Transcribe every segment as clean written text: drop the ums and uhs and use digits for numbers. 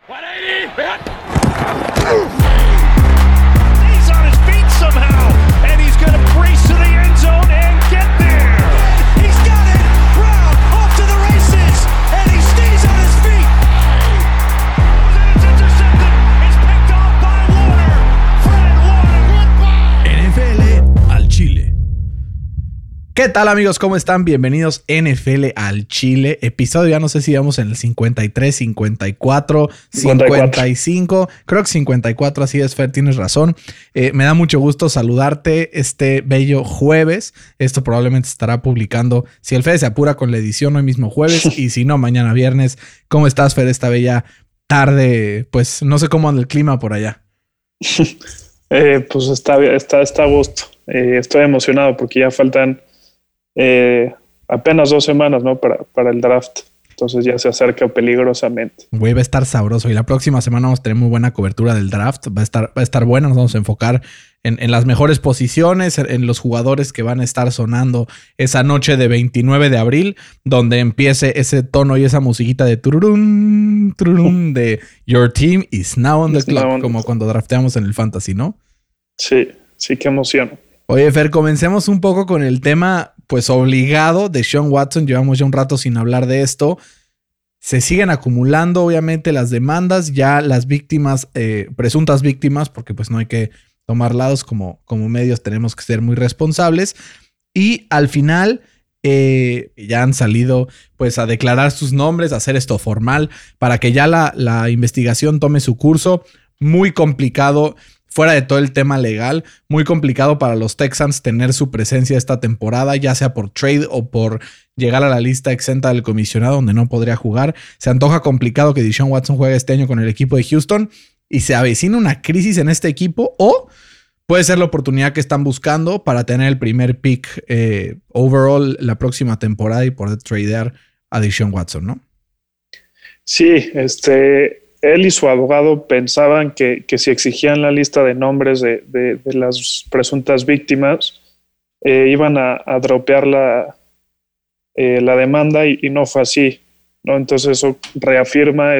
180. He's on his feet somehow, and he's going to race to the end zone and get there. He's got it. Brown off to the races, and he stays on his feet. And it's intercepted. It's picked off by Warner. Fred Warner. NFL al Chile. ¿Qué tal, amigos? ¿Cómo están? Bienvenidos NFL al Chile. Episodio, ya no sé si vamos en el 53, 54, 55. Creo que 54, así es, Fer, tienes razón. Me da mucho gusto saludarte este bello jueves. Esto probablemente estará publicando, si el Fede se apura, con la edición hoy mismo jueves y si no, mañana viernes. ¿Cómo estás, Fer, esta bella tarde? Pues no sé cómo anda el clima por allá. Pues está a gusto. Estoy emocionado porque ya faltan apenas 2 semanas, ¿no? Para el draft. Entonces ya se acerca peligrosamente. Güey, va a estar sabroso. Y la próxima semana vamos a tener muy buena cobertura del draft. Va a estar buena. Nos vamos a enfocar en las mejores posiciones, en los jugadores que van a estar sonando esa noche de 29 de abril, donde empiece ese tono y esa musiquita de tururún, tururún, de Your team is now on the clock, como cuando drafteamos en el fantasy, ¿no? Sí, qué emoción. Oye, Fer, comencemos un poco con el tema, pues obligado, de Sean Watson. Llevamos ya un rato sin hablar de esto. Se siguen acumulando, obviamente, las demandas. Ya las víctimas, presuntas víctimas, porque pues no hay que tomar lados como medios, tenemos que ser muy responsables. Y al final ya han salido pues a declarar sus nombres, a hacer esto formal, para que ya la investigación tome su curso. Muy complicado. Fuera de todo el tema legal, muy complicado para los Texans tener su presencia esta temporada, ya sea por trade o por llegar a la lista exenta del comisionado donde no podría jugar. Se antoja complicado que Deshaun Watson juegue este año con el equipo de Houston y se avecina una crisis en este equipo, o puede ser la oportunidad que están buscando para tener el primer pick overall la próxima temporada y poder tradear a Deshaun Watson, ¿no? Sí, él y su abogado pensaban que si exigían la lista de nombres de las presuntas víctimas, iban a dropear la demanda y no fue así, ¿no? Entonces eso reafirma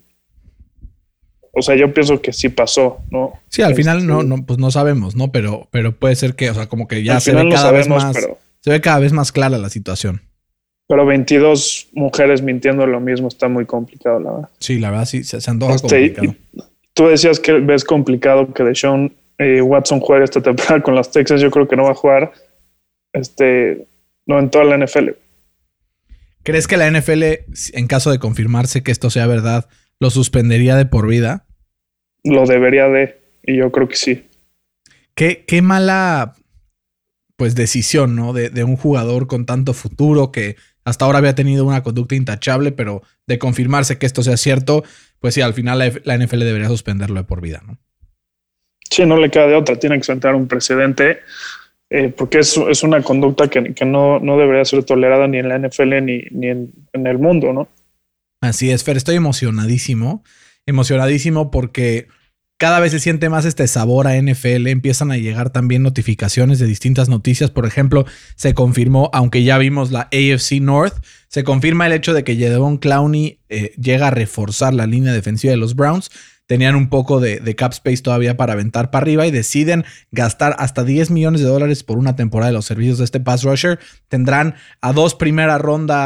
o sea, yo pienso que sí pasó, ¿no? Sí, al final pues no sabemos, ¿no? Pero puede ser que, o sea, como que ya se ve cada vez más, se ve cada vez más clara la situación. Pero 22 mujeres mintiendo lo mismo está muy complicado, la verdad. Sí, la verdad sí, se antoja complicado. Tú decías que ves complicado que Deshaun Watson juegue esta temporada con las Texans. Yo creo que no va a jugar no en toda la NFL. ¿Crees que la NFL, en caso de confirmarse que esto sea verdad, lo suspendería de por vida? Lo debería y yo creo que sí. Qué mala pues decisión, ¿no? De un jugador con tanto futuro que hasta ahora había tenido una conducta intachable, pero de confirmarse que esto sea cierto, pues sí, al final la NFL debería suspenderlo de por vida, ¿no? Sí, no le queda de otra. Tiene que sentar un precedente porque es una conducta que no debería ser tolerada ni en la NFL ni en el mundo, ¿no? Así es, Fer. Estoy emocionadísimo porque cada vez se siente más este sabor a NFL. Empiezan a llegar también notificaciones de distintas noticias. Por ejemplo, se confirmó, aunque ya vimos la AFC North, se confirma el hecho de que Jadeveon Clowney llega a reforzar la línea defensiva de los Browns. Tenían un poco de cap space todavía para aventar para arriba y deciden gastar hasta $10 millones por una temporada de los servicios de este pass rusher. Tendrán a primera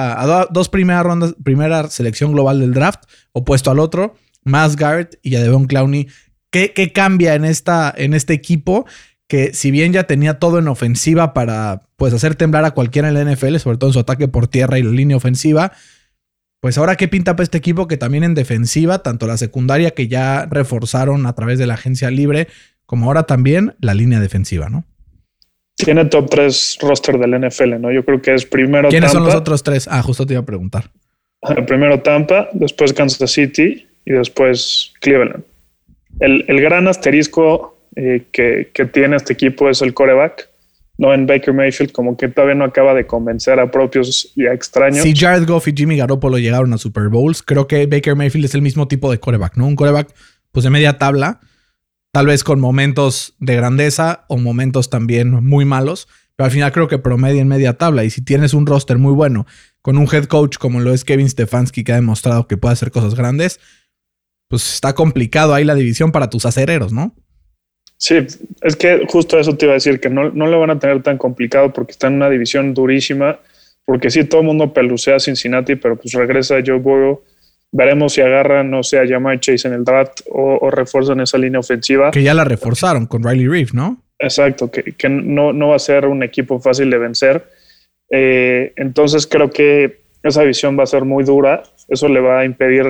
selección global del draft, opuesto al otro, Myles Garrett y Jadeveon Clowney. ¿Qué cambia en este equipo que, si bien ya tenía todo en ofensiva para pues hacer temblar a cualquiera en la NFL, sobre todo en su ataque por tierra y la línea ofensiva, pues ahora qué pinta para este equipo que también en defensiva, tanto la secundaria que ya reforzaron a través de la agencia libre, como ahora también la línea defensiva, ¿no? Tiene top 3 roster del NFL, ¿no? Yo creo que es primero ¿Quiénes son los otros 3? Justo te iba a preguntar. Primero Tampa, después Kansas City y después Cleveland. El gran asterisco que tiene este equipo es el quarterback, ¿no? En Baker Mayfield, como que todavía no acaba de convencer a propios y a extraños. Si Jared Goff y Jimmy Garoppolo llegaron a Super Bowls, creo que Baker Mayfield es el mismo tipo de quarterback, ¿no? Un quarterback pues de media tabla, tal vez con momentos de grandeza o momentos también muy malos, pero al final creo que promedia en media tabla. Y si tienes un roster muy bueno con un head coach como lo es Kevin Stefanski, que ha demostrado que puede hacer cosas grandes, pues está complicado ahí la división para tus acereros, ¿no? Sí, es que justo eso te iba a decir, que no lo van a tener tan complicado porque está en una división durísima, porque sí, todo el mundo pelucea a Cincinnati, pero pues regresa Joe Burrow. Veremos si agarran, no sé, a Ja'Marr Chase en el draft o refuerzan esa línea ofensiva. Que ya la reforzaron con Riley Reef, ¿no? Exacto, que no va a ser un equipo fácil de vencer. Entonces creo que esa división va a ser muy dura. Eso le va a impedir,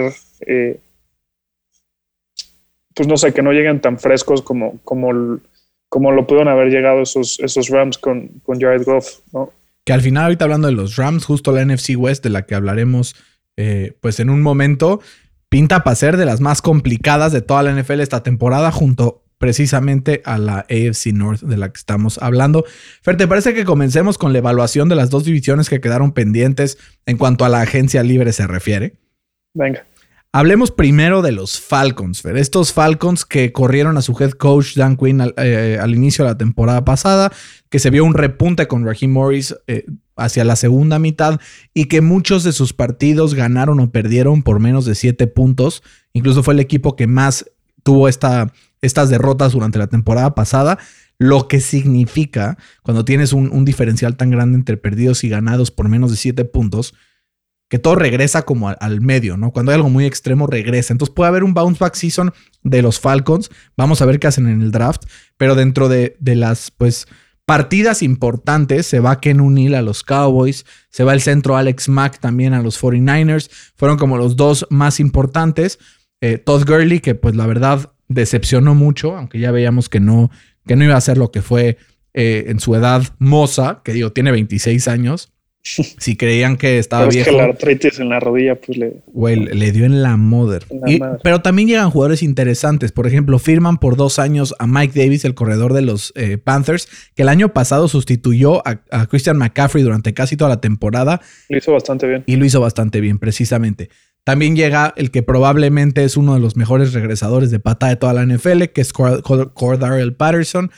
pues no sé, que no lleguen tan frescos como lo pudieron haber llegado esos Rams con Jared Goff, ¿no? Que al final, ahorita hablando de los Rams, justo la NFC West, de la que hablaremos pues en un momento, pinta para ser de las más complicadas de toda la NFL esta temporada, junto precisamente a la AFC North de la que estamos hablando. Fer, ¿te parece que comencemos con la evaluación de las dos divisiones que quedaron pendientes en cuanto a la agencia libre se refiere? Venga. Hablemos primero de los Falcons, Fer. Estos Falcons que corrieron a su head coach Dan Quinn al inicio de la temporada pasada, que se vio un repunte con Raheem Morris hacia la segunda mitad y que muchos de sus partidos ganaron o perdieron por menos de 7 puntos. Incluso fue el equipo que más tuvo estas derrotas durante la temporada pasada, lo que significa cuando tienes un diferencial tan grande entre perdidos y ganados por menos de 7 puntos, que todo regresa como al medio, ¿no? Cuando hay algo muy extremo, regresa. Entonces puede haber un bounce back season de los Falcons. Vamos a ver qué hacen en el draft. Pero dentro de las, pues, partidas importantes, se va Ken O'Neill a los Cowboys, se va el centro Alex Mack también a los 49ers. Fueron como los dos más importantes. Todd Gurley, que pues la verdad decepcionó mucho, aunque ya veíamos que no iba a ser lo que fue en su edad moza, que digo, tiene 26 años. Si creían que estaba pero viejo. Es que la artritis en la rodilla, pues le dio en la mother. Pero también llegan jugadores interesantes. Por ejemplo, firman por 2 años a Mike Davis, el corredor de los Panthers, que el año pasado sustituyó a Christian McCaffrey durante casi toda la temporada. Lo hizo bastante bien. Y lo hizo bastante bien, precisamente. También llega el que probablemente es uno de los mejores regresadores de patada de toda la NFL, que es Cordarrelle Patterson.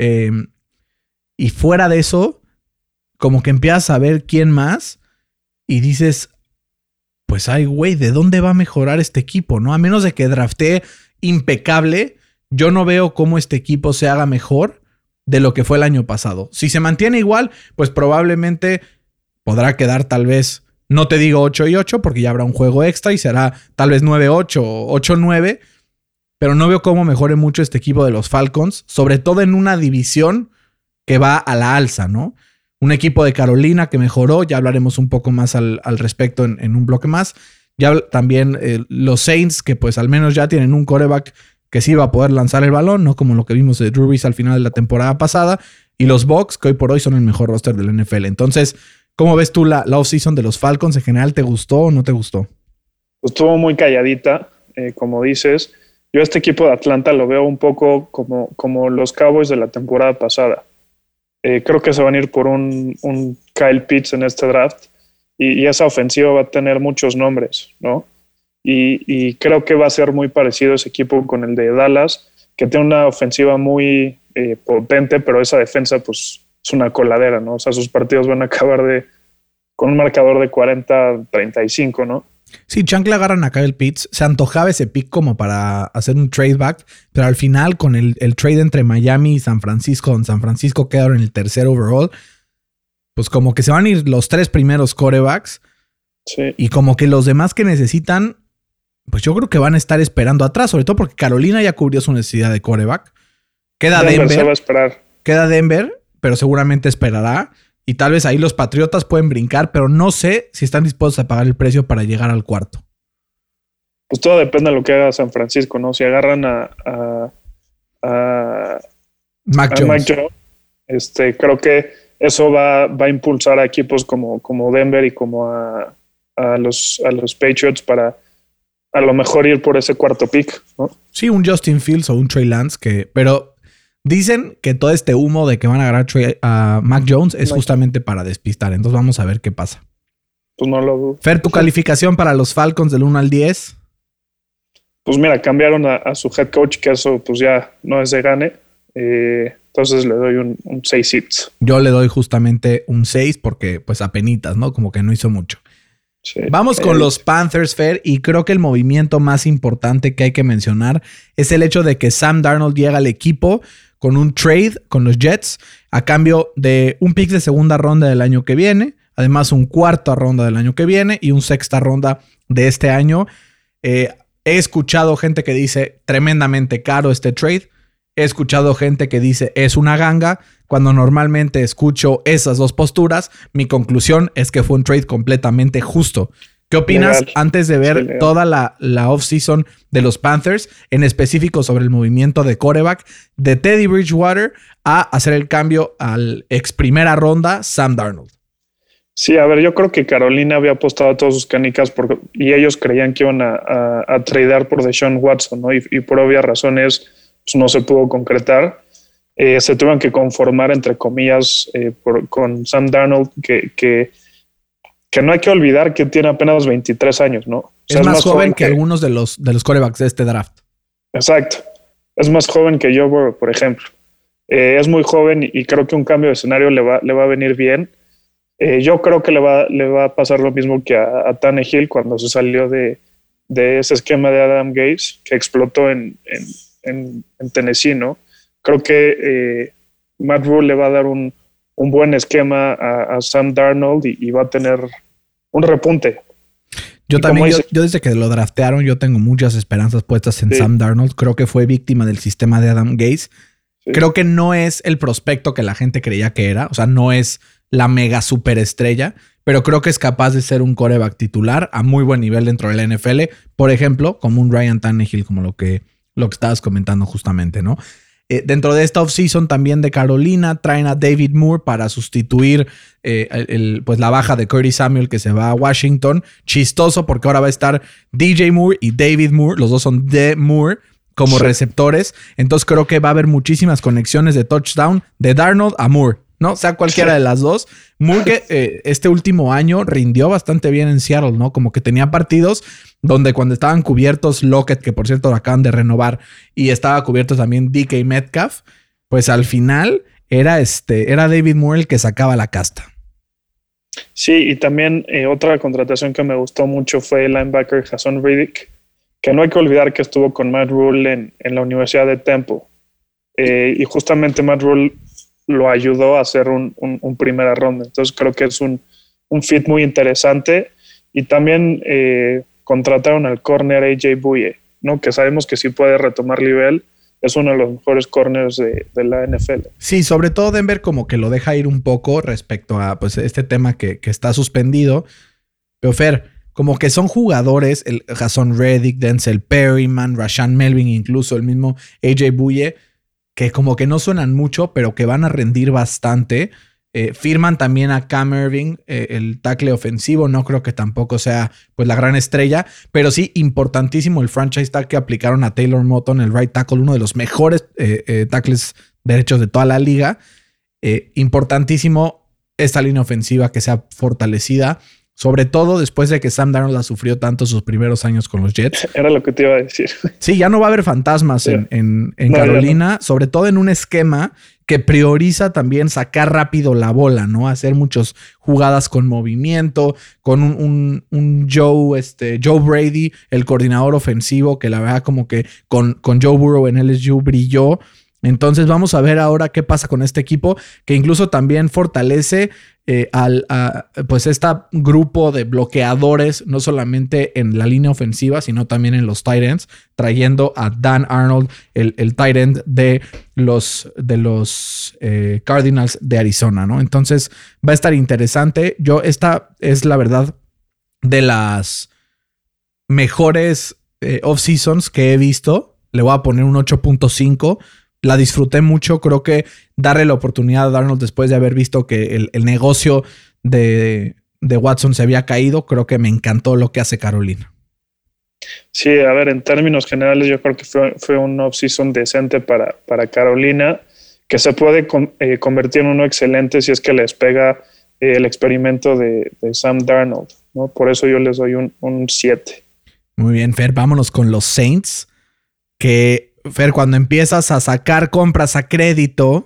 Y fuera de eso, como que empiezas a ver quién más y dices, pues ay, güey, ¿de dónde va a mejorar este equipo? ¿No? A menos de que draftee impecable, yo no veo cómo este equipo se haga mejor de lo que fue el año pasado. Si se mantiene igual, pues probablemente podrá quedar tal vez, no te digo 8-8, porque ya habrá un juego extra y será tal vez 9-8 o 8-9, pero no veo cómo mejore mucho este equipo de los Falcons, sobre todo en una división que va a la alza, ¿no? Un equipo de Carolina que mejoró, ya hablaremos un poco más al respecto en un bloque más. Ya también los Saints, que pues al menos ya tienen un quarterback que sí va a poder lanzar el balón, no como lo que vimos de Drew Brees al final de la temporada pasada. Y los Bucs, que hoy por hoy son el mejor roster del NFL. Entonces, ¿cómo ves tú la offseason de los Falcons? ¿En general te gustó o no te gustó? Estuvo muy calladita, como dices. Yo a este equipo de Atlanta lo veo un poco como los Cowboys de la temporada pasada. Creo que se van a ir por un Kyle Pitts en este draft y esa ofensiva va a tener muchos nombres, ¿no? Y creo que va a ser muy parecido ese equipo con el de Dallas, que tiene una ofensiva muy potente, pero esa defensa pues es una coladera, ¿no? O sea, sus partidos van a acabar con un marcador de 40-35, ¿no? Sí, Chancla agarran a Kyle Pitts. Se antojaba ese pick como para hacer un trade back, pero al final con el trade entre Miami y San Francisco, en San Francisco quedaron en el tercer overall, pues como que se van a ir los 3 primeros quarterbacks. Sí. Y como que los demás que necesitan, pues yo creo que van a estar esperando atrás, sobre todo porque Carolina ya cubrió su necesidad de quarterback. Queda Denver. Se va a esperar. Queda Denver, pero seguramente esperará. Y tal vez ahí los Patriotas pueden brincar, pero no sé si están dispuestos a pagar el precio para llegar al cuarto. Pues todo depende de lo que haga San Francisco, ¿no? Si agarran a Mac Jones, creo que eso va a impulsar a equipos como Denver y como a los Patriots para a lo mejor ir por ese cuarto pick, ¿no? Sí, un Justin Fields o un Trey Lance, pero dicen que todo este humo de que van a agarrar a Mac Jones es justamente para despistar. Entonces vamos a ver qué pasa. Pues no lo dudo. Fer, ¿tu calificación para los Falcons del 1 al 10? Pues mira, cambiaron a su head coach, que eso pues ya no es de gane. Entonces le doy un 6 hits. Yo le doy justamente un 6 porque pues apenitas, ¿no? Como que no hizo mucho. Sí. Vamos con los Panthers, Fer, y creo que el movimiento más importante que hay que mencionar es el hecho de que Sam Darnold llega al equipo con un trade con los Jets a cambio de un pick de segunda ronda del año que viene, además un cuarta ronda del año que viene y un sexta ronda de este año. He escuchado gente que dice tremendamente caro este trade. He escuchado gente que dice es una ganga. Cuando normalmente escucho esas dos posturas, mi conclusión es que fue un trade completamente justo. ¿Qué opinas antes de ver toda la off-season de los Panthers, en específico sobre el movimiento de quarterback de Teddy Bridgewater a hacer el cambio al ex primera ronda Sam Darnold? Sí, a ver, yo creo que Carolina había apostado a todas sus canicas y ellos creían que iban a tradear por Deshaun Watson, ¿no? Y por obvias razones pues, no se pudo concretar. Se tuvieron que conformar, entre comillas, con Sam Darnold, que no hay que olvidar que tiene apenas 23 años, ¿no? O sea, es más joven que algunos de los quarterbacks de este draft. Exacto. Es más joven que Joe Burrow, por ejemplo. Es muy joven y creo que un cambio de escenario le va a venir bien. Yo creo que le va a pasar lo mismo que a Tannehill cuando se salió de ese esquema de Adam Gase, que explotó en Tennessee, ¿no? Creo que Matt Rhule le va a dar un buen esquema a Sam Darnold y va a tener un repunte. Yo también, yo desde que lo draftearon, yo tengo muchas esperanzas puestas en Sam Darnold. Creo que fue víctima del sistema de Adam Gase. Sí. Creo que no es el prospecto que la gente creía que era. O sea, no es la mega superestrella, pero creo que es capaz de ser un quarterback titular a muy buen nivel dentro de la NFL. Por ejemplo, como un Ryan Tannehill, como lo que estabas comentando justamente, ¿no? Dentro de esta offseason también de Carolina traen a David Moore para sustituir pues la baja de Curtis Samuel que se va a Washington. Chistoso porque ahora va a estar DJ Moore y David Moore. Los dos son de Moore como receptores. Entonces creo que va a haber muchísimas conexiones de touchdown de Darnold a Moore, ¿no? Sea cualquiera de las dos. Moore que este último año rindió bastante bien en Seattle, ¿no? Como que tenía partidos donde cuando estaban cubiertos Lockett, que por cierto lo acaban de renovar, y estaba cubierto también DK Metcalf, pues al final era David Moore el que sacaba la casta. Sí, y también otra contratación que me gustó mucho fue el linebacker Haason Reddick, que no hay que olvidar que estuvo con Matt Rhule en la Universidad de Temple. Y justamente Matt Rhule lo ayudó a hacer un primera ronda. Entonces creo que es un fit muy interesante. Y también contrataron al corner AJ Bouye, ¿no? Que sabemos que sí puede retomar nivel. Es uno de los mejores corners de la NFL. Sí, sobre todo Denver como que lo deja ir un poco respecto a pues, este tema que está suspendido. Pero Fer, como que son jugadores, el Haason Reddick, Denzel Perryman, Rashaan Melvin, incluso el mismo AJ Bouye, que como que no suenan mucho, pero que van a rendir bastante. Firman también a Cam Irving, el tackle ofensivo. No creo que tampoco sea pues la gran estrella, pero sí importantísimo el franchise tag que aplicaron a Taylor Moton, el right tackle, uno de los mejores tackles derechos de toda la liga. Importantísimo esta línea ofensiva que sea fortalecida, sobre todo después de que Sam Darnold la sufrió tanto sus primeros años con los Jets. Era lo que te iba a decir. Sí, ya no va a haber fantasmas en Carolina, sobre todo en un esquema que prioriza también sacar rápido la bola, ¿no? Hacer muchas jugadas con movimiento, con un Joe Brady, el coordinador ofensivo, que la verdad como que con Joe Burrow en LSU brilló. Entonces vamos a ver ahora qué pasa con este equipo, que incluso también fortalece pues este grupo de bloqueadores, no solamente en la línea ofensiva, sino también en los tight ends, trayendo a Dan Arnold, el tight end de los Cardinals de Arizona, ¿no? Entonces va a estar interesante. Esta es la verdad de las mejores off-seasons que he visto. Le voy a poner un 8.5. La disfruté mucho. Creo que darle la oportunidad a Darnold después de haber visto que el negocio de Watson se había caído, creo que me encantó lo que hace Carolina. Sí, a ver, en términos generales yo creo que fue un off-season decente para Carolina, que se puede convertir en uno excelente si es que les pega el experimento de Sam Darnold, ¿no? Por eso yo les doy un 7. Muy bien, Fer, vámonos con los Saints, que Fer, cuando empiezas a sacar compras a crédito,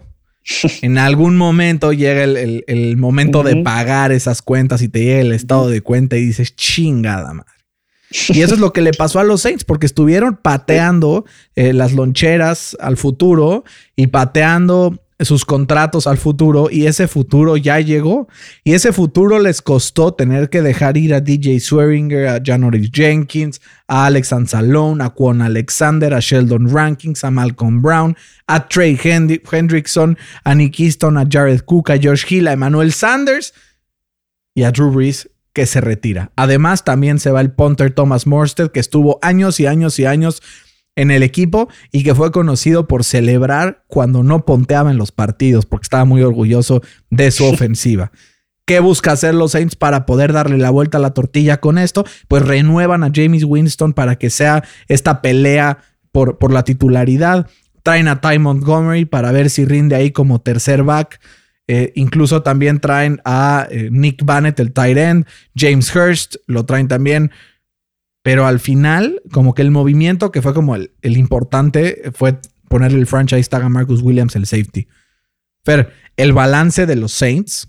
En algún momento llega el momento de pagar esas cuentas y te llega el estado de cuenta y dices, chingada madre. Y eso es lo que le pasó a los Saints, porque estuvieron pateando las loncheras al futuro y pateando sus contratos al futuro, y ese futuro ya llegó. Y ese futuro les costó tener que dejar ir a DJ Swearinger, a Janoris Jenkins, a Alex Anzalone, a Kwon Alexander, a Sheldon Rankins, a Malcolm Brown, a Trey Hendrickson, a Nick Easton, a Jared Cook, a Josh Hill, a Emmanuel Sanders y a Drew Brees, que se retira. Además, también se va el punter Thomas Morstead, que estuvo años y años y años en el equipo y que fue conocido por celebrar cuando no ponteaba en los partidos porque estaba muy orgulloso de su ofensiva. ¿Qué busca hacer los Saints para poder darle la vuelta a la tortilla con esto? Pues renuevan a Jameis Winston para que sea esta pelea por la titularidad. Traen a Ty Montgomery para ver si rinde ahí como tercer back. Incluso también traen a Nick Bannett, el tight end. James Hurst lo traen también. Pero al final, como que el movimiento que fue como el importante fue ponerle el franchise tag a Marcus Williams, el safety. Pero el balance de los Saints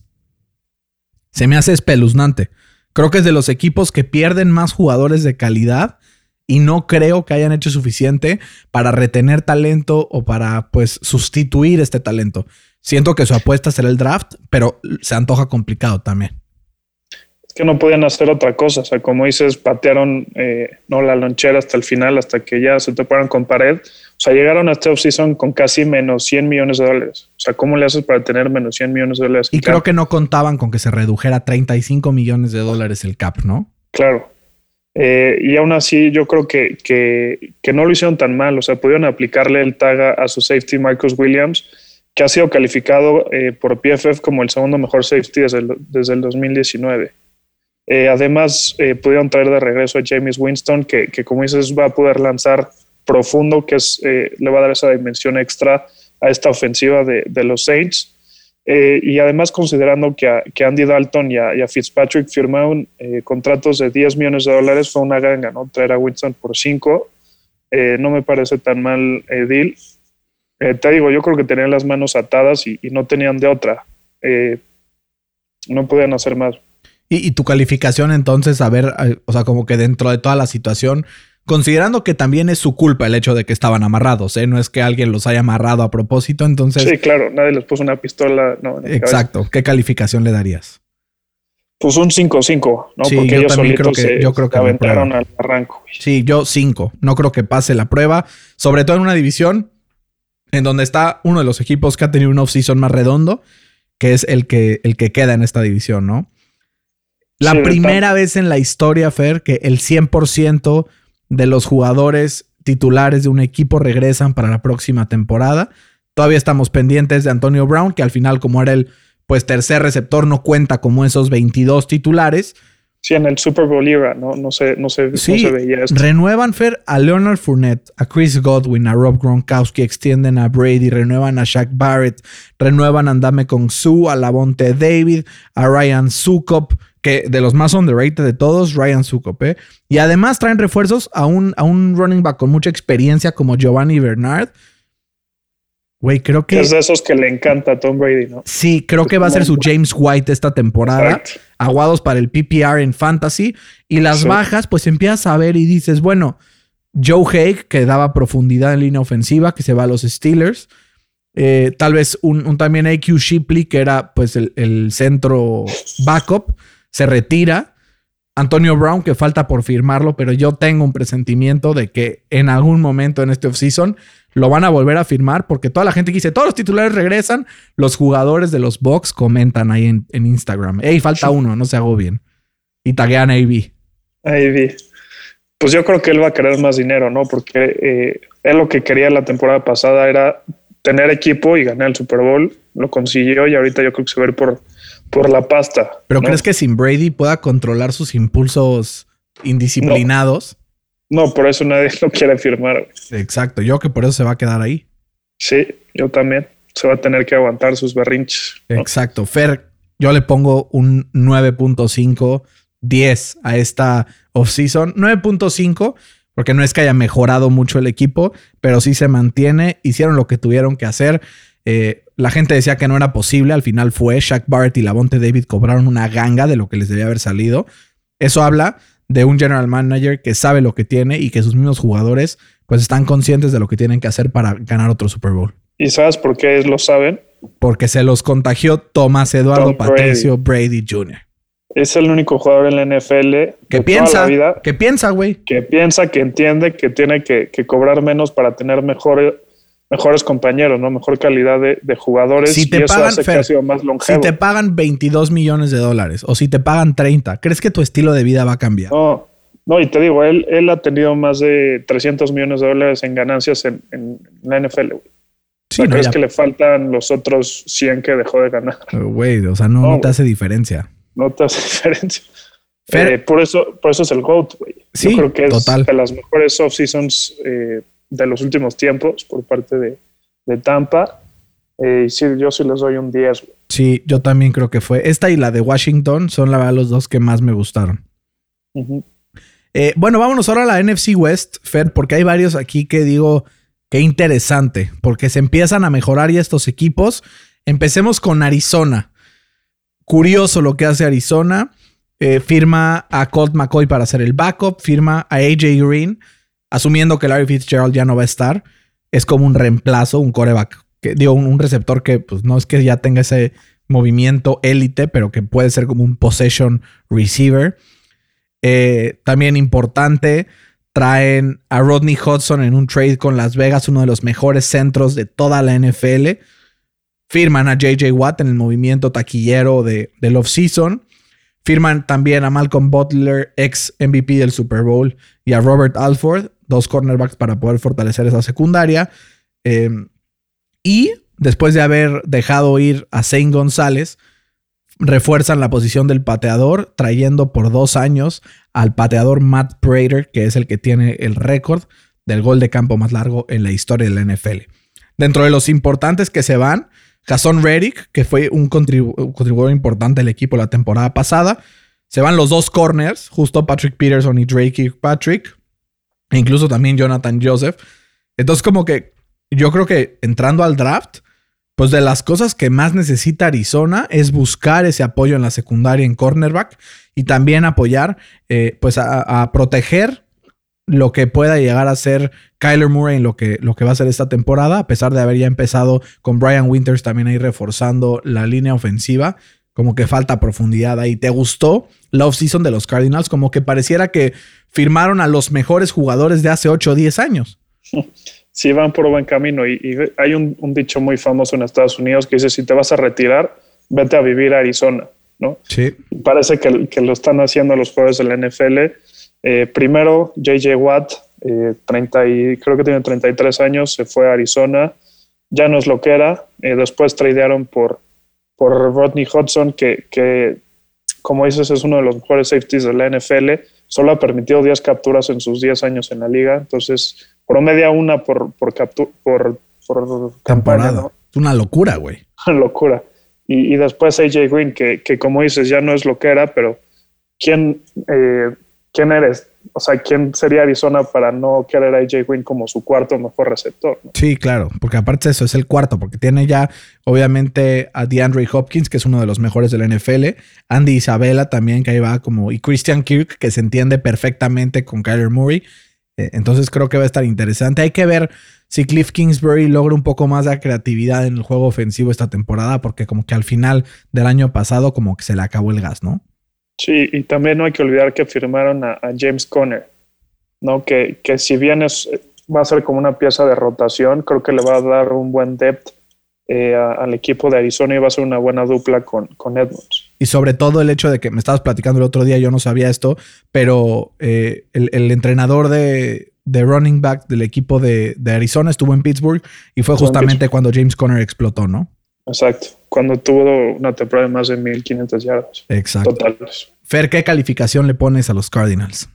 se me hace espeluznante. Creo que es de los equipos que pierden más jugadores de calidad y no creo que hayan hecho suficiente para retener talento o para, pues, sustituir este talento. Siento que su apuesta será el draft, pero se antoja complicado también. Que no podían hacer otra cosa. O sea, como dices, patearon la lonchera hasta el final, hasta que ya se toparon con pared. O sea, llegaron a este offseason con casi menos $100 millones. O sea, ¿cómo le haces para tener menos $100 millones? Y creo que no contaban con que se redujera $35 millones el cap, ¿no? Claro. Y aún así, yo creo que no lo hicieron tan mal. O sea, pudieron aplicarle el tag a su safety Marcus Williams, que ha sido calificado por PFF como el segundo mejor safety desde el 2019. Además, pudieron traer de regreso a Jameis Winston, que como dices, va a poder lanzar profundo, que le va a dar esa dimensión extra a esta ofensiva de los Saints. Y además, considerando que Andy Dalton y a Fitzpatrick firmaron contratos de $10 millones, fue una ganga, ¿no? Traer a Winston por 5. No me parece tan mal deal. Te digo, yo creo que tenían las manos atadas y no tenían de otra. No podían hacer más. Y tu calificación entonces, a ver, o sea, como que dentro de toda la situación, considerando que también es su culpa el hecho de que estaban amarrados, ¿eh? No es que alguien los haya amarrado a propósito, entonces... Sí, claro, nadie les puso una pistola. No, exacto. Cabeza. ¿Qué calificación le darías? Pues un 5-5, ¿no? Sí, porque ellos solitos yo creo que aventaron al arranco. Sí, yo 5. No creo que pase la prueba, sobre todo en una división en donde está uno de los equipos que ha tenido un off-season más redondo, que es el que queda en esta división, ¿no? La primera vez en la historia, Fer, que el 100% de los jugadores titulares de un equipo regresan para la próxima temporada. Todavía estamos pendientes de Antonio Brown, que al final, como era el tercer receptor, no cuenta como esos 22 titulares. Sí, en el Super Bowl era, no se veía esto. Renuevan, Fer, a Leonard Fournette, a Chris Godwin, a Rob Gronkowski, extienden a Brady, renuevan a Shaq Barrett, renuevan a Ndamukong Suh, a Lavonte David, a Ryan Succop, que de los más underrated de todos, Ryan Succop, ¿eh? Y además traen refuerzos a un running back con mucha experiencia como Giovanni Bernard. Güey, creo que... Es de esos que le encanta a Tom Brady, ¿no? Sí, creo que va a ser su James White esta temporada. Exacto. Aguados para el PPR en Fantasy. Y las bajas, pues empiezas a ver y dices, bueno, Joe Haig, que daba profundidad en línea ofensiva, que se va a los Steelers. Tal vez un también AQ Shipley, que era pues el centro backup, se retira. Antonio Brown, que falta por firmarlo, pero yo tengo un presentimiento de que en algún momento en este offseason lo van a volver a firmar, porque toda la gente que dice, todos los titulares regresan, los jugadores de los Bucs comentan ahí en Instagram. Ey, falta uno, no se agobien. Y taguean a AB. Pues yo creo que él va a querer más dinero, ¿no? Porque él lo que quería la temporada pasada era tener equipo y ganar el Super Bowl. Lo consiguió y ahorita yo creo que se va a ir por la pasta. ¿Pero ¿no? ¿Crees que sin Brady pueda controlar sus impulsos indisciplinados? No, por eso nadie lo quiere firmar. Exacto, yo que por eso se va a quedar ahí. Sí, yo también. Se va a tener que aguantar sus berrinches, ¿no? Exacto. Fer, yo le pongo un 9.5, 10 a esta offseason. 9.5, porque no es que haya mejorado mucho el equipo, pero sí se mantiene. Hicieron lo que tuvieron que hacer. la gente decía que no era posible, al final fue. Shaq Barrett y Lavonte David cobraron una ganga de lo que les debía haber salido. Eso habla de un general manager que sabe lo que tiene y que sus mismos jugadores pues están conscientes de lo que tienen que hacer para ganar otro Super Bowl. ¿Y sabes por qué lo saben? Porque se los contagió Tomás Eduardo Patricio Brady Jr. Es el único jugador en la NFL que piensa, güey. Que piensa, que entiende que tiene que cobrar menos para tener mejores compañeros, ¿no? Mejor calidad de jugadores. Si te y eso pagan, hace que ha sido más longevo. Si te pagan $22 millones o si te pagan 30, ¿crees que tu estilo de vida va a cambiar? No, y te digo, él ha tenido más de $300 millones en ganancias en la NFL, güey. Sí, o sea, ¿crees que le faltan los otros 100 que dejó de ganar? Güey, o sea, no te hace diferencia. No te hace diferencia. Por eso es el GOAT, güey. Sí, yo creo que total. Es de las mejores off-seasons de los últimos tiempos por parte de Tampa. Y sí, yo sí les doy un 10, güey. Sí, yo también creo que fue. Esta y la de Washington son la verdad los dos que más me gustaron. Uh-huh. Bueno, vámonos ahora a la NFC West, Fer, porque hay varios aquí que digo, qué interesante, porque se empiezan a mejorar ya estos equipos. Empecemos con Arizona. Curioso lo que hace Arizona. Firma a Colt McCoy para hacer el backup. Firma a AJ Green, asumiendo que Larry Fitzgerald ya no va a estar. Es como un reemplazo, un quarterback, un receptor que pues no es que ya tenga ese movimiento élite, pero que puede ser como un possession receiver. También importante, traen a Rodney Hudson en un trade con Las Vegas, uno de los mejores centros de toda la NFL. Firman a J.J. Watt en el movimiento taquillero del offseason. Firman también a Malcolm Butler, ex MVP del Super Bowl, y a Robert Alford, 2 cornerbacks para poder fortalecer esa secundaria. Y después de haber dejado ir a Zane González, refuerzan la posición del pateador, trayendo por 2 años al pateador Matt Prater, que es el que tiene el récord del gol de campo más largo en la historia de la NFL. Dentro de los importantes que se van, Haason Reddick, que fue un contribuidor importante del equipo la temporada pasada. Se van los 2 corners, justo Patrick Peterson y Drake Kirkpatrick. E incluso también Jonathan Joseph. Entonces como que yo creo que entrando al draft, pues de las cosas que más necesita Arizona es buscar ese apoyo en la secundaria en cornerback y también apoyar pues a proteger lo que pueda llegar a ser Kyler Murray en lo que va a ser esta temporada, a pesar de haber ya empezado con Brian Winters también ahí reforzando la línea ofensiva. Como que falta profundidad ahí. ¿Te gustó la offseason de los Cardinals? Como que pareciera que firmaron a los mejores jugadores de hace 8 o 10 años. Sí, van por buen camino. Y hay un dicho muy famoso en Estados Unidos que dice, si te vas a retirar, vete a vivir a Arizona, ¿no? Sí. Parece que lo están haciendo los jugadores de la NFL. Primero, J.J. Watt, creo que tiene 33 años, se fue a Arizona. Ya no es lo que era. Después tradearon por Rodney Hudson, que como dices es uno de los mejores safeties de la NFL. Solo ha permitido 10 capturas en sus 10 años en la liga. Entonces, promedia una por temporada, ¿no? Es una locura, güey. Una locura. Y después AJ Green, que como dices, ya no es lo que era, pero ¿quién eres? O sea, ¿quién sería Arizona para no querer a AJ Green como su cuarto mejor receptor, ¿no? Sí, claro, porque aparte de eso es el cuarto, porque tiene ya obviamente a DeAndre Hopkins, que es uno de los mejores de la NFL, Andy Isabella también, que ahí va y Christian Kirk, que se entiende perfectamente con Kyler Murray. Entonces creo que va a estar interesante. Hay que ver si Cliff Kingsbury logra un poco más de creatividad en el juego ofensivo esta temporada, porque como que al final del año pasado como que se le acabó el gas, ¿no? Sí, y también no hay que olvidar que firmaron a James Conner, ¿no? Que si bien va a ser como una pieza de rotación, creo que le va a dar un buen depth al equipo de Arizona y va a ser una buena dupla con Edmonds. Y sobre todo el hecho de que me estabas platicando el otro día, yo no sabía esto, pero el entrenador de running back del equipo de Arizona estuvo en Pittsburgh y fue justamente cuando James Conner explotó, ¿no? Exacto, cuando tuvo una temporada de más de 1,500 yardas. Exacto. Totales. Fer, ¿qué calificación le pones a los Cardinals?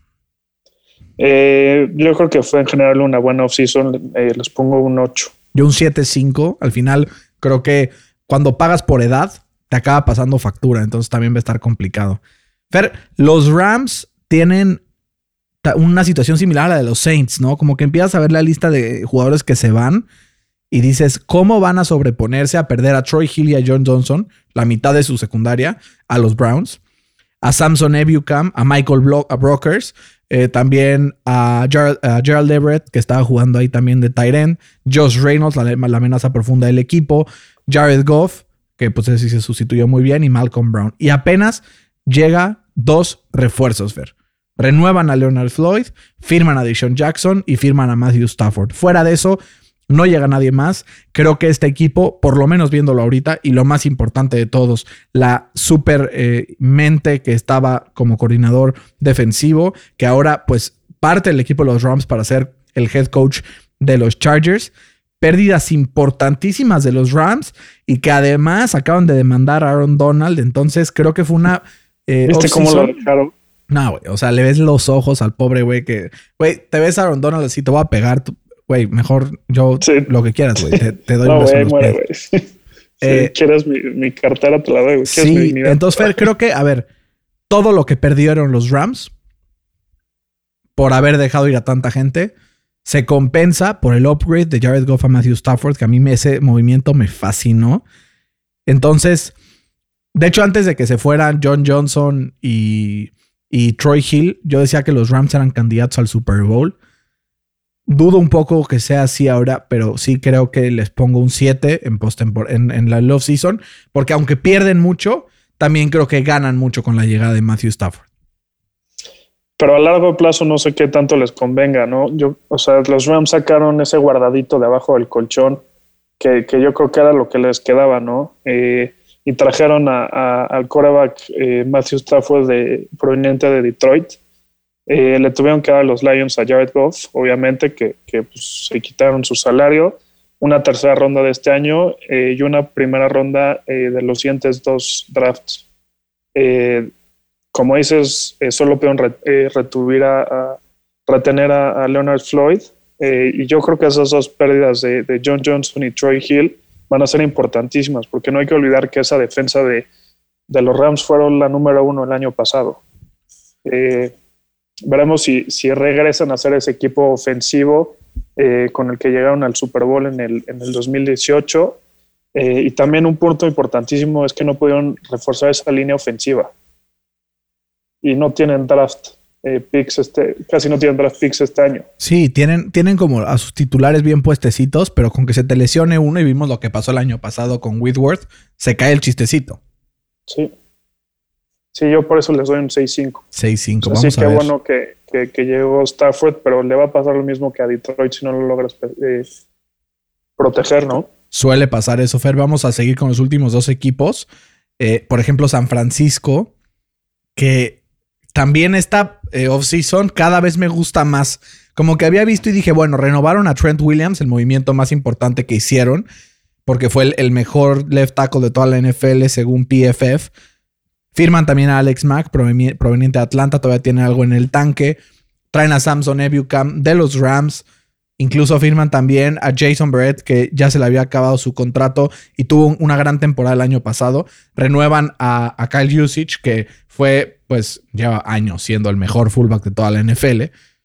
Yo creo que fue en general una buena offseason. Les pongo un 8. Yo un 7.5. Al final creo que cuando pagas por edad te acaba pasando factura, entonces también va a estar complicado. Fer, los Rams tienen una situación similar a la de los Saints, ¿no? Como que empiezas a ver la lista de jugadores que se van y dices, ¿cómo van a sobreponerse a perder a Troy Hill y a John Johnson, la mitad de su secundaria, a los Browns? A Samson Ebukam, a Michael Brockers, también a Gerald Everett, que estaba jugando ahí también de tight end, Josh Reynolds, la amenaza profunda del equipo, Jared Goff, que pues ese sí se sustituyó muy bien, y Malcolm Brown. Y apenas llega 2 refuerzos, Fer. Renuevan a Leonard Floyd, firman a Deshaun Jackson y firman a Matthew Stafford. Fuera de eso, no llega nadie más. Creo que este equipo, por lo menos viéndolo ahorita, y lo más importante de todos, la super mente que estaba como coordinador defensivo, que ahora pues parte del equipo de los Rams para ser el head coach de los Chargers. Pérdidas importantísimas de los Rams y que además acaban de demandar a Aaron Donald. Entonces creo que fue una... ¿Viste cómo lo dejaron? No, güey. O sea, le ves los ojos al pobre güey que... Güey, te ves a Aaron Donald así, te voy a pegar. Güey, mejor yo... Sí. Lo que quieras, güey. Te doy un beso en los pies. Si quieres mi cartera, te la doy, güey. Sí, entonces, Fer, creo que... A ver, todo lo que perdieron los Rams por haber dejado ir a tanta gente se compensa por el upgrade de Jared Goff a Matthew Stafford, que a mí ese movimiento me fascinó. Entonces, de hecho, antes de que se fueran John Johnson y Troy Hill, yo decía que los Rams eran candidatos al Super Bowl. Dudo un poco que sea así ahora, pero sí creo que les pongo un 7 en la off-season, porque aunque pierden mucho, también creo que ganan mucho con la llegada de Matthew Stafford. Pero a largo plazo no sé qué tanto les convenga, ¿no? Los Rams sacaron ese guardadito de abajo del colchón que yo creo que era lo que les quedaba, ¿no? Y trajeron al quarterback Matthew Stafford proveniente de Detroit. Le tuvieron que dar a los Lions a Jared Goff, obviamente, que pues, se quitaron su salario. Una tercera ronda de este año y una primera ronda de los siguientes 2 drafts. Como dices, solo pudieron retener a Leonard Floyd. Y yo creo que esas 2 pérdidas de John Johnson y Troy Hill van a ser importantísimas, porque no hay que olvidar que esa defensa de los Rams fueron la número 1 el año pasado. Veremos si regresan a ser ese equipo ofensivo con el que llegaron al Super Bowl en el 2018. Y también un punto importantísimo es que no pudieron reforzar esa línea ofensiva. Y no tienen draft picks casi no tienen draft picks este año. Sí, tienen como a sus titulares bien puestecitos, pero con que se te lesione uno, y vimos lo que pasó el año pasado con Whitworth, se cae el chistecito. Sí. Sí, yo por eso les doy un 6-5. 6-5, vamos a ver. Sí, qué bueno que llegó Stafford, pero le va a pasar lo mismo que a Detroit si no lo logras proteger, ¿no? Suele pasar eso, Fer. Vamos a seguir con los últimos 2 equipos. Por ejemplo, San Francisco, que también esta off-season cada vez me gusta más. Como que había visto y dije, bueno, renovaron a Trent Williams, el movimiento más importante que hicieron, porque fue el mejor left tackle de toda la NFL según PFF. Firman también a Alex Mack, proveniente de Atlanta, todavía tiene algo en el tanque. Traen a Samson Ebukam de los Rams. Incluso firman también a Jason Barrett, que ya se le había acabado su contrato y tuvo una gran temporada el año pasado. Renuevan a Kyle Juszczyk, que fue, pues, lleva años siendo el mejor fullback de toda la NFL.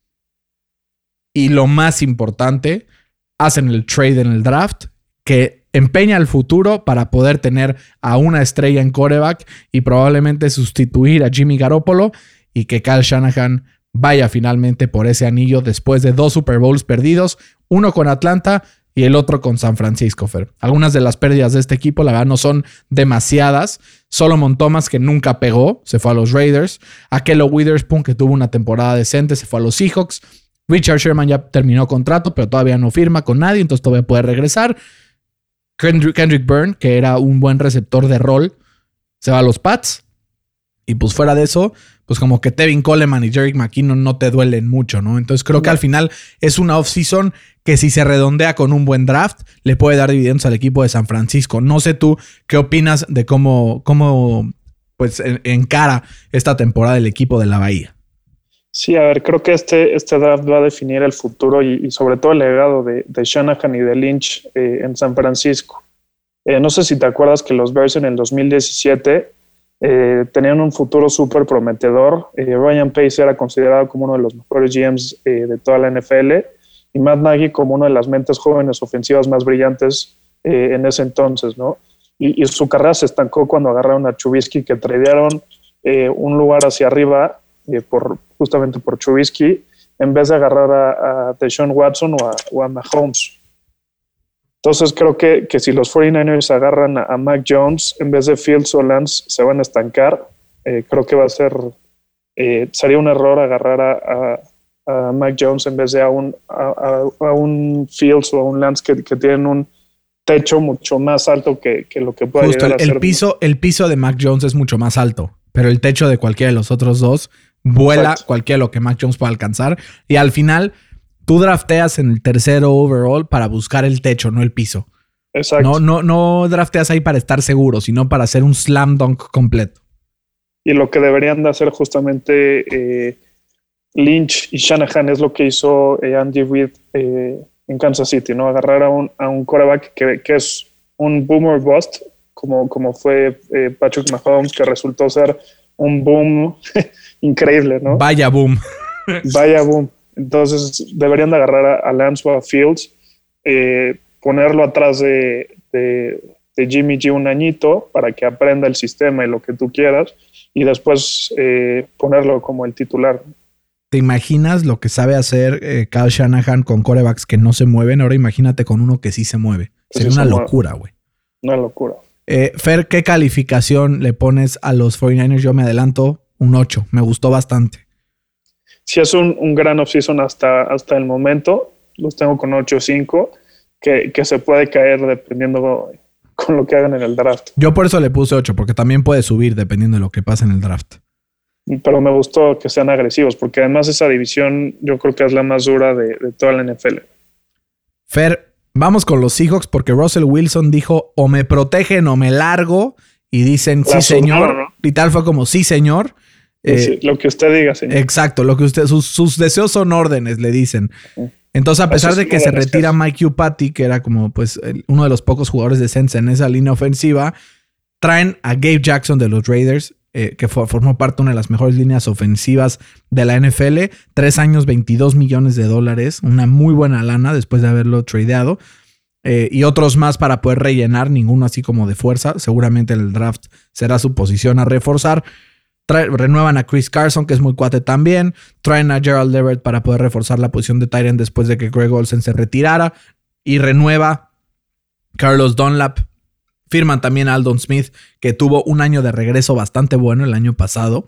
Y lo más importante, hacen el trade en el draft, que empeña el futuro para poder tener a una estrella en quarterback y probablemente sustituir a Jimmy Garoppolo, y que Kyle Shanahan vaya finalmente por ese anillo después de 2 Super Bowls perdidos, uno con Atlanta y el otro con San Francisco, Fer. Algunas de las pérdidas de este equipo, la verdad, no son demasiadas. Solomon Thomas, que nunca pegó, se fue a los Raiders. Ahkello Witherspoon, que tuvo una temporada decente, se fue a los Seahawks. Richard Sherman ya terminó contrato, pero todavía no firma con nadie, entonces todavía puede regresar. Kendrick Byrne, que era un buen receptor de rol, se va a los Pats. Y pues fuera de eso, pues como que Tevin Coleman y Jerick McKinnon no te duelen mucho, ¿no? Entonces creo que al final es una off-season que si se redondea con un buen draft, le puede dar dividendos al equipo de San Francisco. No sé tú qué opinas de cómo pues encara esta temporada el equipo de la Bahía. Sí, a ver, creo que este draft va a definir el futuro y sobre todo el legado de Shanahan y de Lynch en San Francisco. No sé si te acuerdas que los Bears en el 2017 tenían un futuro súper prometedor. Ryan Pace era considerado como uno de los mejores GMs de toda la NFL y Matt Nagy como una de las mentes jóvenes ofensivas más brillantes en ese entonces, ¿no? Y su carrera se estancó cuando agarraron a Trubisky, que tradearon un lugar hacia arriba justamente por Trubisky, en vez de agarrar a Deshaun Watson o a Mahomes. Entonces creo que si los 49ers agarran a Mac Jones en vez de Fields o Lance, se van a estancar. Creo que sería un error agarrar a Mac Jones en vez de a un Fields o a un Lance que tienen un techo mucho más alto que lo que pueda llegar a ser. El piso de Mac Jones es mucho más alto, pero el techo de cualquiera de los otros dos vuela. Exacto. Cualquiera de lo que Mac Jones pueda alcanzar. Y al final, tú drafteas en el tercero overall para buscar el techo, no el piso. Exacto. No drafteas ahí para estar seguro, sino para hacer un slam dunk completo. Y lo que deberían de hacer justamente Lynch y Shanahan es lo que hizo Andy Reid en Kansas City, ¿no? Agarrar a un quarterback que es un boomer bust, como fue Patrick Mahomes, que resultó ser un boom increíble, ¿no? Vaya boom. Vaya boom. Entonces deberían de agarrar a Lance o a Fields, ponerlo atrás de Jimmy G un añito para que aprenda el sistema y lo que tú quieras, y después ponerlo como el titular. ¿Te imaginas lo que sabe hacer Kyle Shanahan con quarterbacks que no se mueven? Ahora imagínate con uno que sí se mueve. Sería una locura, güey. Una locura. Fer, ¿qué calificación le pones a los 49ers? Yo me adelanto un 8. Me gustó bastante. Sí, es un gran offseason hasta el momento. Los tengo con 8-5, que se puede caer dependiendo con lo que hagan en el draft. Yo por eso le puse 8, porque también puede subir dependiendo de lo que pase en el draft. Pero me gustó que sean agresivos, porque además esa división yo creo que es la más dura de toda la NFL. Fer, vamos con los Seahawks, porque Russell Wilson dijo o me protegen o me largo, y dicen sí señor, ¿no? Y tal fue como sí señor. Sí, lo que usted diga, señor. Exacto, lo que usted, sus deseos son órdenes, le dicen. Entonces, a pesar de que se retira Mike Upati, que era como pues uno de los pocos jugadores decentes en esa línea ofensiva, traen a Gabe Jackson de los Raiders, que formó parte de una de las mejores líneas ofensivas de la NFL. 3 años, $22 millones. Una muy buena lana después de haberlo tradeado. Y otros más para poder rellenar, ninguno así como de fuerza. Seguramente el draft será su posición a reforzar. Renuevan a Chris Carson, que es muy cuate también. Traen a Gerald Everett para poder reforzar la posición de tight end después de que Greg Olsen se retirara. Y renueva Carlos Dunlap. Firman también a Aldon Smith, que tuvo un año de regreso bastante bueno el año pasado.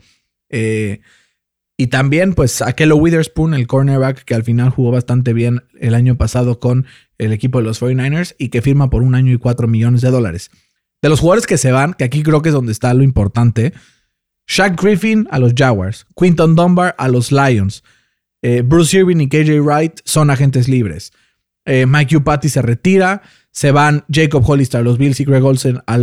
Y también pues a Kello Witherspoon, el cornerback, que al final jugó bastante bien el año pasado con el equipo de los 49ers y que firma por 1 año y $4 millones. De los jugadores que se van, que aquí creo que es donde está lo importante: Shaq Griffin a los Jaguars, Quinton Dunbar a los Lions, Bruce Irvin y KJ Wright son agentes libres. Mike Upati se retira. Se van Jacob Hollister a los Bills y Greg Olsen a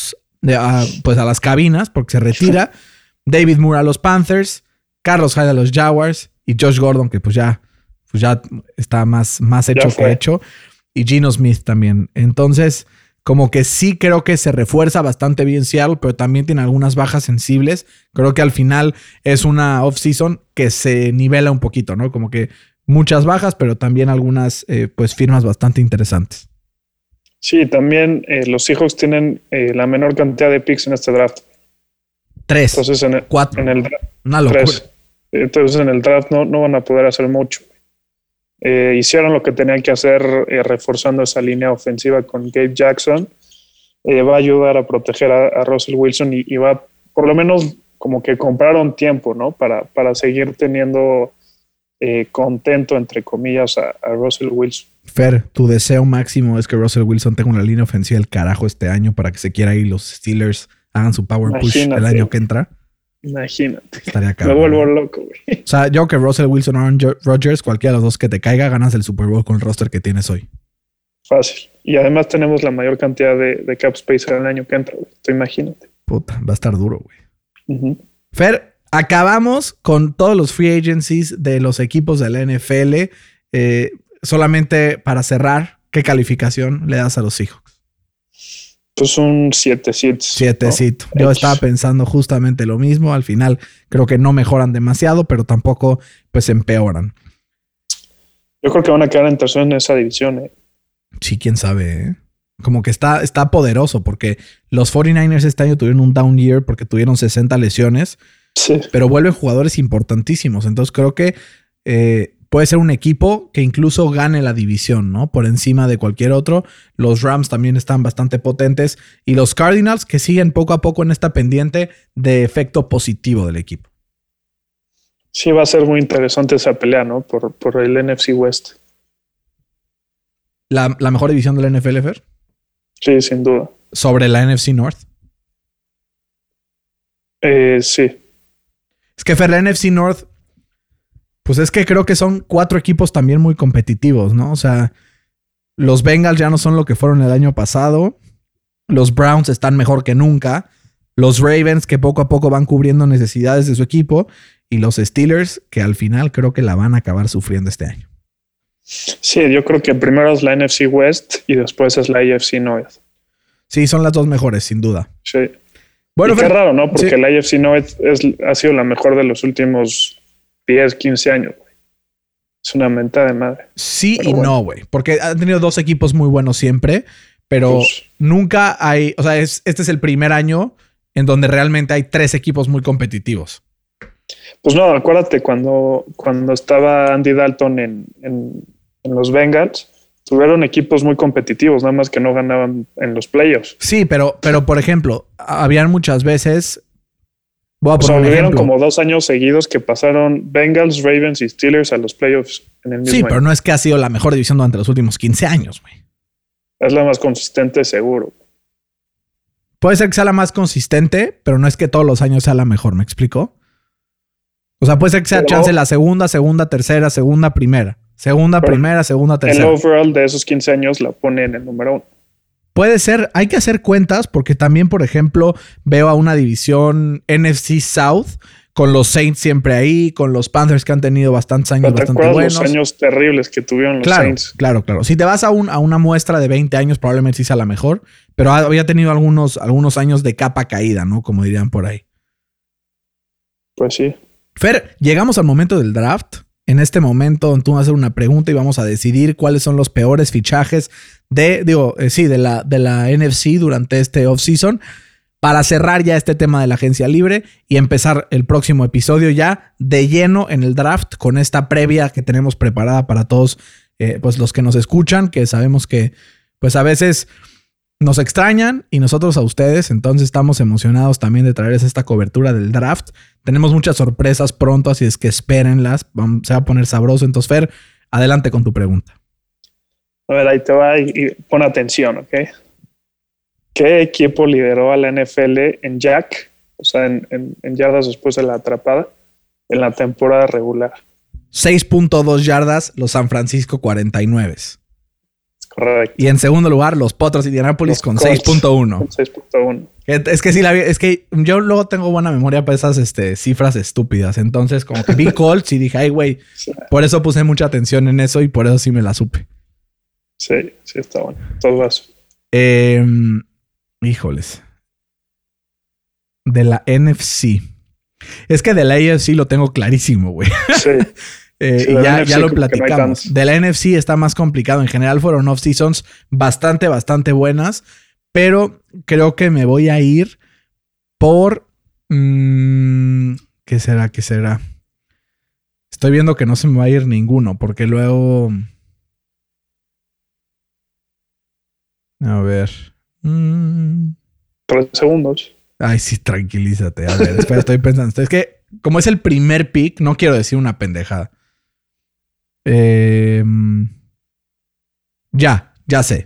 las cabinas porque se retira. David Moore a los Panthers. Carlos Hyde a los Jaguars. Y Josh Gordon, que pues ya está más hecho que hecho. Y Geno Smith también. Entonces, como que sí creo que se refuerza bastante bien Seattle, pero también tiene algunas bajas sensibles. Creo que al final es una off-season que se nivela un poquito, ¿no? Como que muchas bajas, pero también algunas pues firmas bastante interesantes. Sí, también los Seahawks tienen la menor cantidad de picks en este draft. 3. Entonces 4. En el una locura. 3. Entonces en el draft no van a poder hacer mucho. Hicieron lo que tenían que hacer reforzando esa línea ofensiva con Gabe Jackson. Va a ayudar a proteger a Russell Wilson y va, por lo menos, como que compraron tiempo, ¿no? Para seguir teniendo contento, entre comillas, a Russell Wilson. Fer, tu deseo máximo es que Russell Wilson tenga una línea ofensiva del carajo este año para que se quiera ir los Steelers hagan su power push el año que entra. Imagínate. Estaría cabrón. Me vuelvo loco, güey. O sea, yo que Russell Wilson o Aaron Rodgers, cualquiera de los dos que te caiga, ganas el Super Bowl con el roster que tienes hoy. Fácil. Y además tenemos la mayor cantidad de cap space en el año que entra, güey. Tú imagínate. Puta, va a estar duro, güey. Fer, acabamos con todos los free agencies de los equipos de la NFL. Solamente para cerrar, ¿qué calificación le das a los Seahawks? Pues un 7-cito. 7-cito. ¿No? Yo estaba pensando justamente lo mismo. Al final creo que no mejoran demasiado, pero tampoco pues empeoran. Yo creo que van a quedar en tercero en esa división. Sí, quién sabe, ¿eh? Como que está poderoso porque los 49ers este año tuvieron un down year porque tuvieron 60 lesiones. Sí. Pero vuelven jugadores importantísimos. Entonces creo que puede ser un equipo que incluso gane la división, ¿no? Por encima de cualquier otro. Los Rams también están bastante potentes. Y los Cardinals que siguen poco a poco en esta pendiente de efecto positivo del equipo. Sí, va a ser muy interesante esa pelea, ¿no? Por el NFC West. ¿La mejor división de la NFL, Fer? Sí, sin duda. ¿Sobre la NFC North? Sí. Es que, Fer, la NFC North, pues es que creo que son 4 equipos también muy competitivos, ¿no? O sea, los Bengals ya no son lo que fueron el año pasado. Los Browns están mejor que nunca. Los Ravens, que poco a poco van cubriendo necesidades de su equipo. Y los Steelers, que al final creo que la van a acabar sufriendo este año. Sí, yo creo que primero es la NFC West y después es la AFC North. Sí, son las 2 mejores, sin duda. Sí. Bueno, y qué raro, ¿no? Porque sí. la AFC North ha sido la mejor de los últimos 10, 15 años. Güey. Es una mentada de madre. Sí pero y bueno. no, güey. Porque han tenido 2 equipos muy buenos siempre. Pero Pues, nunca hay... O sea, este es el primer año en donde realmente hay 3 equipos muy competitivos. pues no, acuérdate cuando estaba Andy Dalton en los Bengals, tuvieron equipos muy competitivos, nada más que no ganaban en los playoffs. Sí, pero por ejemplo, habían muchas veces... Voy a O poner sea, un hubieron ejemplo. como 2 años seguidos que pasaron Bengals, Ravens y Steelers a los playoffs en el mismo Sí, año. pero no es que ha sido la mejor división durante los últimos 15 años, güey. Es la más consistente, seguro. Puede ser que sea la más consistente, pero no es que todos los años sea la mejor, ¿me explico? O sea, puede ser que sea Pero- chance la segunda, tercera, primera. Segunda, Pero primera, segunda, El tercera. overall de esos 15 años la pone en el número 1. Puede ser, hay que hacer cuentas porque también, por ejemplo, veo a una división NFC South con los Saints siempre ahí, con los Panthers que han tenido bastantes años ¿Te bastante acuerdas buenos. los años terribles que tuvieron los Claro, Saints? claro. Si te vas a una muestra de 20 años, probablemente sí sea la mejor, pero había tenido algunos años de capa caída, ¿no? Como dirían por ahí. Pues sí. Fer, llegamos al momento del draft. En este momento tú vas a hacer una pregunta y vamos a decidir cuáles son los peores fichajes de la NFC durante este offseason para cerrar ya este tema de la agencia libre y empezar el próximo episodio ya de lleno en el draft con esta previa que tenemos preparada para todos pues los que nos escuchan, que sabemos que pues a veces nos extrañan y nosotros a ustedes, entonces estamos emocionados también de traerles esta cobertura del draft. Tenemos muchas sorpresas pronto, así es que espérenlas, se va a poner sabroso. Entonces, Fer, adelante con tu pregunta. A ver, ahí te va y pon atención, ¿ok? ¿Qué equipo lideró a la NFL en jack, o sea, en yardas después de la atrapada, en la temporada regular? 6.2 yardas, los San Francisco 49. Correcto. Y en segundo lugar, los Potros de Indianapolis Los con Colts 6.1. Con 6.1. Es que sí, es que yo luego tengo buena memoria para esas cifras estúpidas. Entonces, como que vi Colts y dije, ay, güey, por eso puse mucha atención en eso y por eso sí me la supe. Sí, está bueno. Todo vas. Híjoles. De la NFC. Es que de la AFC lo tengo clarísimo, güey. Sí. Sí, y de la ya NFC lo como que no hay platicamos. tantos. De la NFC está más complicado. En general fueron off-seasons bastante buenas. Pero creo que me voy a ir por... ¿Qué será? Estoy viendo que no se me va a ir ninguno. Porque luego... A ver... 3 segundos. Ay, sí, tranquilízate. A ver, espera, estoy pensando. Es que, como es el primer pick, no quiero decir una pendejada. Ya sé.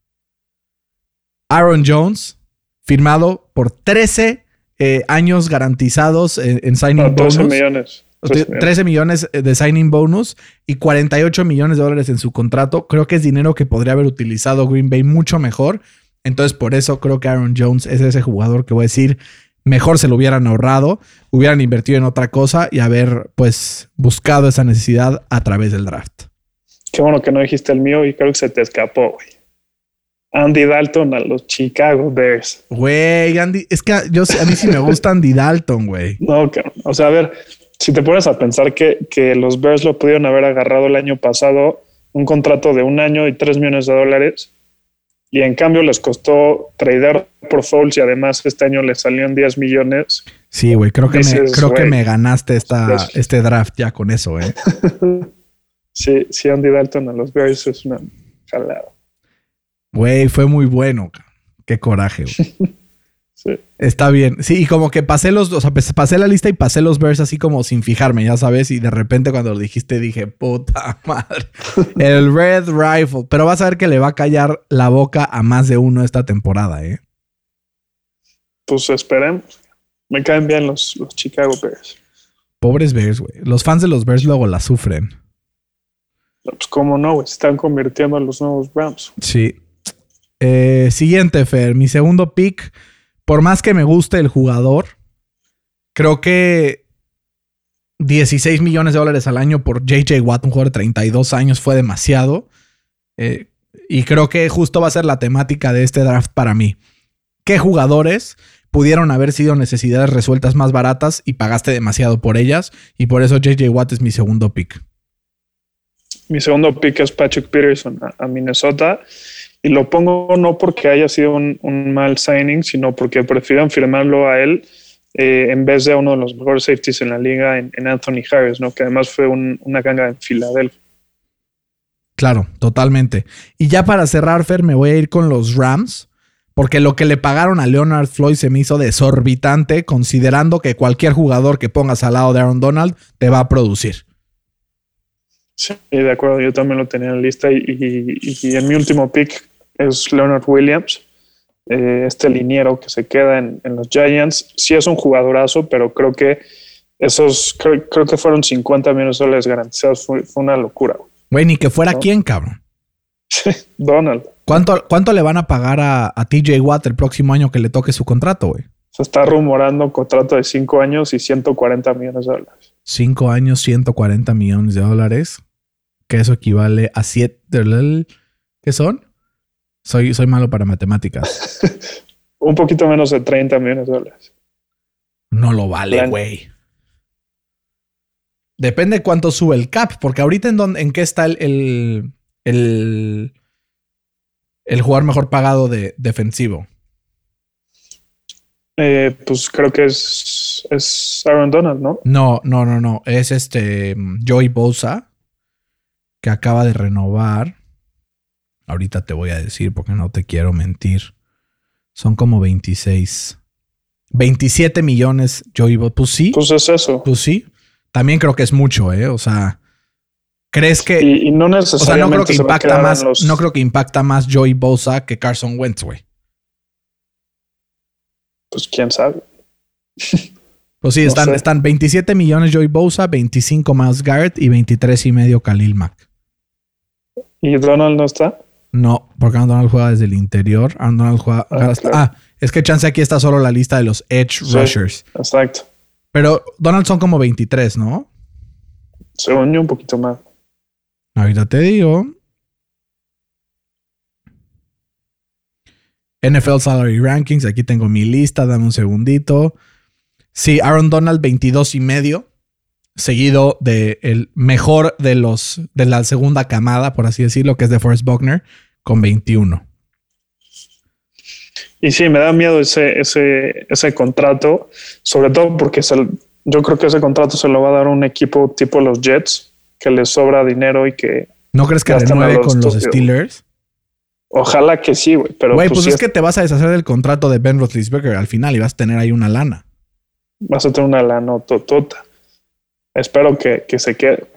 Aaron Jones, firmado por 13 años garantizados en signing No, 13 bonus. millones. 13 millones de signing bonus y $48 millones en su contrato. Creo que es dinero que podría haber utilizado Green Bay mucho mejor. Entonces, por eso creo que Aaron Jones es ese jugador que voy a decir, mejor se lo hubieran ahorrado, hubieran invertido en otra cosa y haber, pues, buscado esa necesidad a través del draft. Qué bueno que no dijiste el mío y creo que se te escapó, güey. Andy Dalton a los Chicago Bears. Güey, Andy, es que a mí sí me gusta Andy Dalton, güey. No, cabrón. O sea, a ver, si te pones a pensar que los Bears lo pudieron haber agarrado el año pasado un contrato de 1 año y $3 millones. Y en cambio les costó tradear por Foles y además este año les salieron 10 millones. Sí, güey, creo que me ganaste este draft ya con eso, ¿eh? Sí, Andy Dalton a los Bears es una jalada. Güey, fue muy bueno. Qué coraje, güey. Sí. Está bien. Sí, y como que pasé la lista y pasé los Bears así como sin fijarme, ya sabes. Y de repente cuando lo dijiste dije, puta madre. El Red Rifle. Pero vas a ver que le va a callar la boca a más de uno esta temporada, ¿eh? Pues esperemos. Me caen bien los Chicago Bears. Pobres Bears, güey. Los fans de los Bears luego la sufren. Pues cómo no, güey. Se están convirtiendo en los nuevos Rams. Sí. Siguiente, Fer. Mi segundo pick. Por más que me guste el jugador, creo que $16 millones al año por J.J. Watt, un jugador de 32 años, fue demasiado. Y creo que justo va a ser la temática de este draft para mí. ¿Qué jugadores pudieron haber sido necesidades resueltas más baratas y pagaste demasiado por ellas? Y por eso J.J. Watt es mi segundo pick. Mi segundo pick es Patrick Peterson a Minnesota. Y lo pongo no porque haya sido un mal signing, sino porque prefieren firmarlo a él en vez de a uno de los mejores safeties en la liga, en Anthony Harris, ¿no? Que además fue una ganga en Filadelfia. Claro, totalmente. Y ya para cerrar, Fer, me voy a ir con los Rams, porque lo que le pagaron a Leonard Floyd se me hizo desorbitante, considerando que cualquier jugador que pongas al lado de Aaron Donald te va a producir. Sí, de acuerdo. Yo también lo tenía en la lista y en mi último pick es Leonard Williams, este liniero que se queda en los Giants. Sí es un jugadorazo, pero creo que creo que fueron $50 millones garantizados. Fue una locura. Güey, ni que fuera, ¿no? ¿Quién, cabrón? Donald. ¿Cuánto le van a pagar a TJ Watt el próximo año que le toque su contrato, güey? Se está rumorando un contrato de 5 años y $140 millones. 5 años, $140 millones. Que eso equivale a 7... ¿Qué son? Soy malo para matemáticas. Un poquito menos de $30 millones. No lo vale, güey. Depende cuánto sube el cap, porque ahorita en qué está el jugador mejor pagado de defensivo. Pues creo que es Aaron Donald, ¿no? No. Es Joey Bosa, que acaba de renovar. Ahorita te voy a decir porque no te quiero mentir. Son como 27 millones Joey Bosa. Pues sí. Pues es eso. Pues sí. También creo que es mucho, ¿eh? O sea, ¿crees que...? Y no necesariamente no creo que impacta más. No creo que impacta más Joey Bosa que Carson Wentz, güey. Pues quién sabe. Pues sí, están 27 millones Joey Bosa, 25 más Garrett y 23.5 Khalil Mack. ¿Y Donald no está? No, porque Aaron Donald juega desde el interior. Aaron Donald juega... Claro. Es que chance aquí está solo la lista de los edge rushers. Exacto. Pero Donald son como 23, ¿no? Según yo, un poquito más. Ahorita te digo. NFL Salary Rankings. Aquí tengo mi lista. Dame un segundito. Sí, Aaron Donald 22.5. Seguido de el mejor de la segunda camada, por así decirlo, que es de Forrest Buckner, con 21. Y sí, me da miedo ese contrato, sobre todo porque yo creo que ese contrato se lo va a dar un equipo tipo los Jets, que les sobra dinero y que... ¿No crees que renueve con los Steelers? Ojalá que sí, güey. Pero güey, pues es que te vas a deshacer del contrato de Ben Roethlisberger al final y vas a tener ahí una lana. Vas a tener una lana totota. Espero que se quede.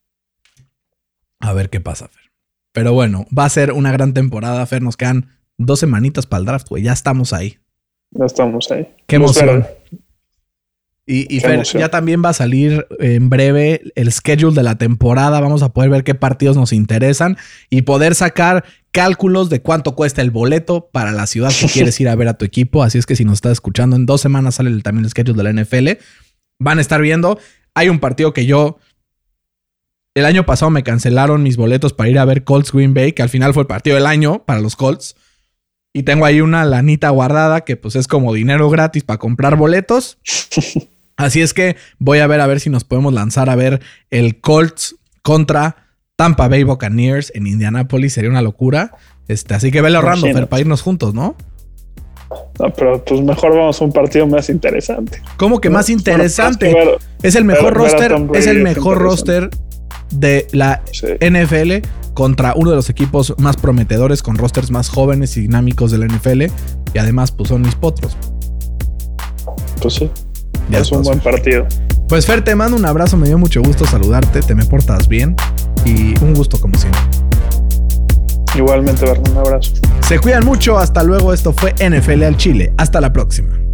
A ver qué pasa, Fer. Pero bueno, va a ser una gran temporada, Fer. Nos quedan 2 semanitas para el draft, güey. Ya estamos ahí. Ya estamos ahí. Qué emoción. Y Fer, emoción. Ya también va a salir en breve el schedule de la temporada. Vamos a poder ver qué partidos nos interesan y poder sacar cálculos de cuánto cuesta el boleto para la ciudad que quieres ir a ver a tu equipo. Así es que si nos estás escuchando, en 2 semanas sale también el schedule de la NFL. Van a estar viendo. Hay un partido que el año pasado me cancelaron mis boletos para ir a ver Colts Green Bay, que al final fue el partido del año para los Colts. Y tengo ahí una lanita guardada que pues es como dinero gratis para comprar boletos. Así es que voy a ver si nos podemos lanzar a ver el Colts contra Tampa Bay Buccaneers en Indianapolis. Sería una locura. Así que vele ahorrando, Fer, para irnos juntos, ¿no? No, pero pues mejor vamos a un partido más interesante. ¿Cómo que más interesante? Es el mejor roster. Es el mejor roster de la NFL contra uno de los equipos más prometedores, con rosters más jóvenes y dinámicos de la NFL. Y además, pues son mis potros. Pues sí. Ya es un buen partido. Pues Fer, te mando un abrazo. Me dio mucho gusto saludarte. Te me portas bien. Y un gusto como siempre. Igualmente, Berna, un abrazo. Se cuidan mucho. Hasta luego. Esto fue NFL al Chile. Hasta la próxima.